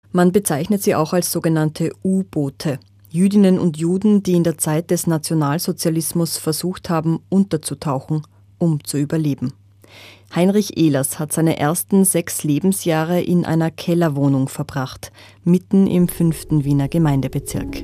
Man bezeichnet sie auch als sogenannte U-Boote. Jüdinnen und Juden, die in der Zeit des Nationalsozialismus versucht haben, unterzutauchen, um zu überleben. Heinrich Ehlers hat seine ersten 6 Lebensjahre in einer Kellerwohnung verbracht, mitten im 5. Wiener Gemeindebezirk.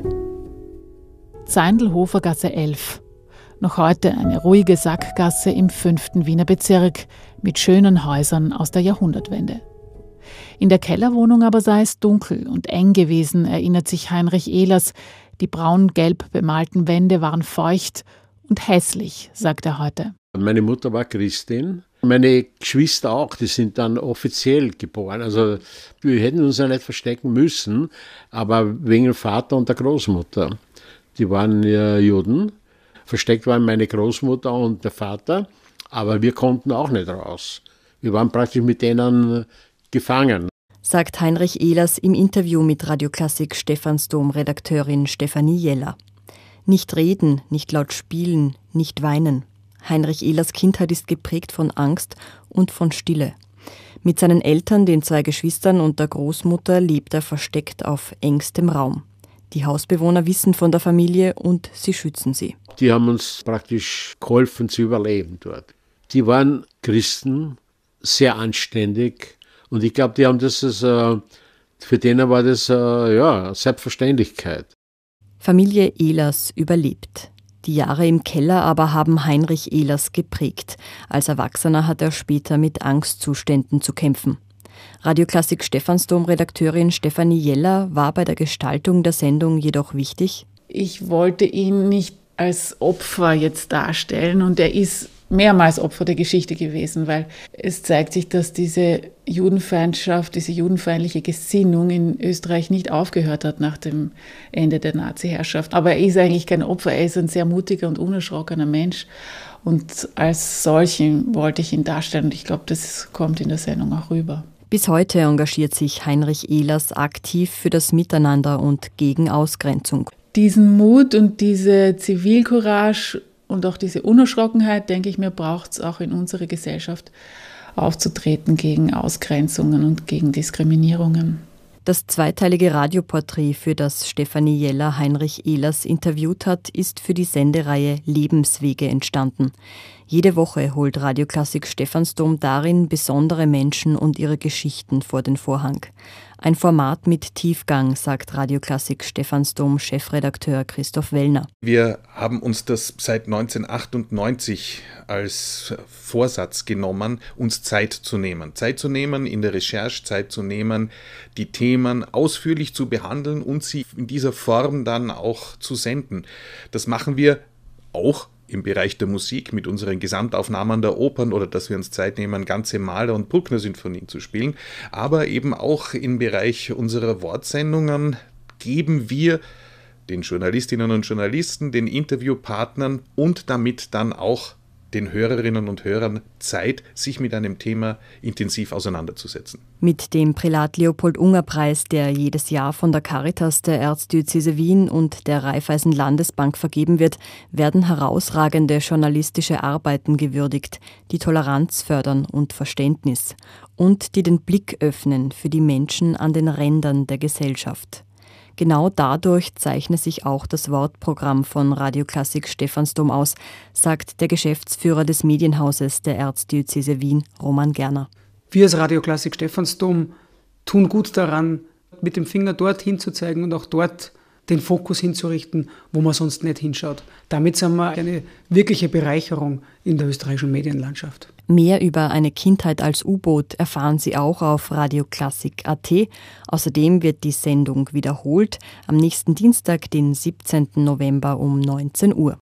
Zeindlhofer-Gasse 11. Noch heute eine ruhige Sackgasse im 5. Wiener Bezirk mit schönen Häusern aus der Jahrhundertwende. In der Kellerwohnung aber sei es dunkel und eng gewesen, erinnert sich Heinrich Ehlers. Die braun-gelb bemalten Wände waren feucht und hässlich, sagt er heute. Meine Mutter war Christin, meine Geschwister auch, die sind dann offiziell geboren. Also wir hätten uns ja nicht verstecken müssen, aber wegen dem Vater und der Großmutter. Die waren ja Juden. Versteckt waren meine Großmutter und der Vater, aber wir konnten auch nicht raus. Wir waren praktisch mit denen gefangen. Sagt Heinrich Ehlers im Interview mit Radioklassik Stephansdom-Redakteurin Stefanie Jeller. Nicht reden, nicht laut spielen, nicht weinen. Heinrich Ehlers Kindheit ist geprägt von Angst und von Stille. Mit seinen Eltern, den 2 Geschwistern und der Großmutter lebt er versteckt auf engstem Raum. Die Hausbewohner wissen von der Familie und sie schützen sie. Die haben uns praktisch geholfen zu überleben dort. Die waren Christen, sehr anständig und ich glaube, die haben für denen war das Selbstverständlichkeit. Familie Ehlers überlebt. Die Jahre im Keller aber haben Heinrich Ehlers geprägt. Als Erwachsener hat er später mit Angstzuständen zu kämpfen. Radioklassik Stephansdom-Redakteurin Stefanie Jeller war bei der Gestaltung der Sendung jedoch wichtig. Ich wollte ihn nicht als Opfer jetzt darstellen und er ist mehrmals Opfer der Geschichte gewesen, weil es zeigt sich, dass diese Judenfeindschaft, diese judenfeindliche Gesinnung in Österreich nicht aufgehört hat nach dem Ende der Nazi-Herrschaft. Aber er ist eigentlich kein Opfer, er ist ein sehr mutiger und unerschrockener Mensch und als solchen wollte ich ihn darstellen und ich glaube, das kommt in der Sendung auch rüber. Bis heute engagiert sich Heinrich Ehlers aktiv für das Miteinander und gegen Ausgrenzung. Diesen Mut und diese Zivilcourage und auch diese Unerschrockenheit, denke ich mir, braucht es auch in unserer Gesellschaft aufzutreten gegen Ausgrenzungen und gegen Diskriminierungen. Das zweiteilige Radioporträt, für das Stefanie Jeller Heinrich Ehlers interviewt hat, ist für die Sendereihe Lebenswege entstanden. Jede Woche holt Radioklassik Stephansdom darin besondere Menschen und ihre Geschichten vor den Vorhang. Ein Format mit Tiefgang, sagt Radioklassik Stephansdom Chefredakteur Christoph Wellner. Wir haben uns das seit 1998 als Vorsatz genommen, uns Zeit zu nehmen. Zeit zu nehmen in der Recherche, Zeit zu nehmen, die Themen ausführlich zu behandeln und sie in dieser Form dann auch zu senden. Das machen wir auch im Bereich der Musik mit unseren Gesamtaufnahmen der Opern oder dass wir uns Zeit nehmen, ganze Mahler- und Bruckner-Sinfonien zu spielen. Aber eben auch im Bereich unserer Wortsendungen geben wir den Journalistinnen und Journalisten, den Interviewpartnern und damit dann auch den Hörerinnen und Hörern Zeit, sich mit einem Thema intensiv auseinanderzusetzen. Mit dem Prälat-Leopold-Unger-Preis, der jedes Jahr von der Caritas der Erzdiözese Wien und der Raiffeisen-Landesbank vergeben wird, werden herausragende journalistische Arbeiten gewürdigt, die Toleranz fördern und Verständnis und die den Blick öffnen für die Menschen an den Rändern der Gesellschaft. Genau dadurch zeichne sich auch das Wortprogramm von Radioklassik Stephansdom aus, sagt der Geschäftsführer des Medienhauses der Erzdiözese Wien, Roman Gerner. Wir als Radioklassik Stephansdom tun gut daran, mit dem Finger dorthin zu zeigen und auch dort den Fokus hinzurichten, wo man sonst nicht hinschaut. Damit sind wir eine wirkliche Bereicherung in der österreichischen Medienlandschaft. Mehr über eine Kindheit als U-Boot erfahren Sie auch auf radioklassik.at. Außerdem wird die Sendung wiederholt am nächsten Dienstag, den 17. November um 19 Uhr.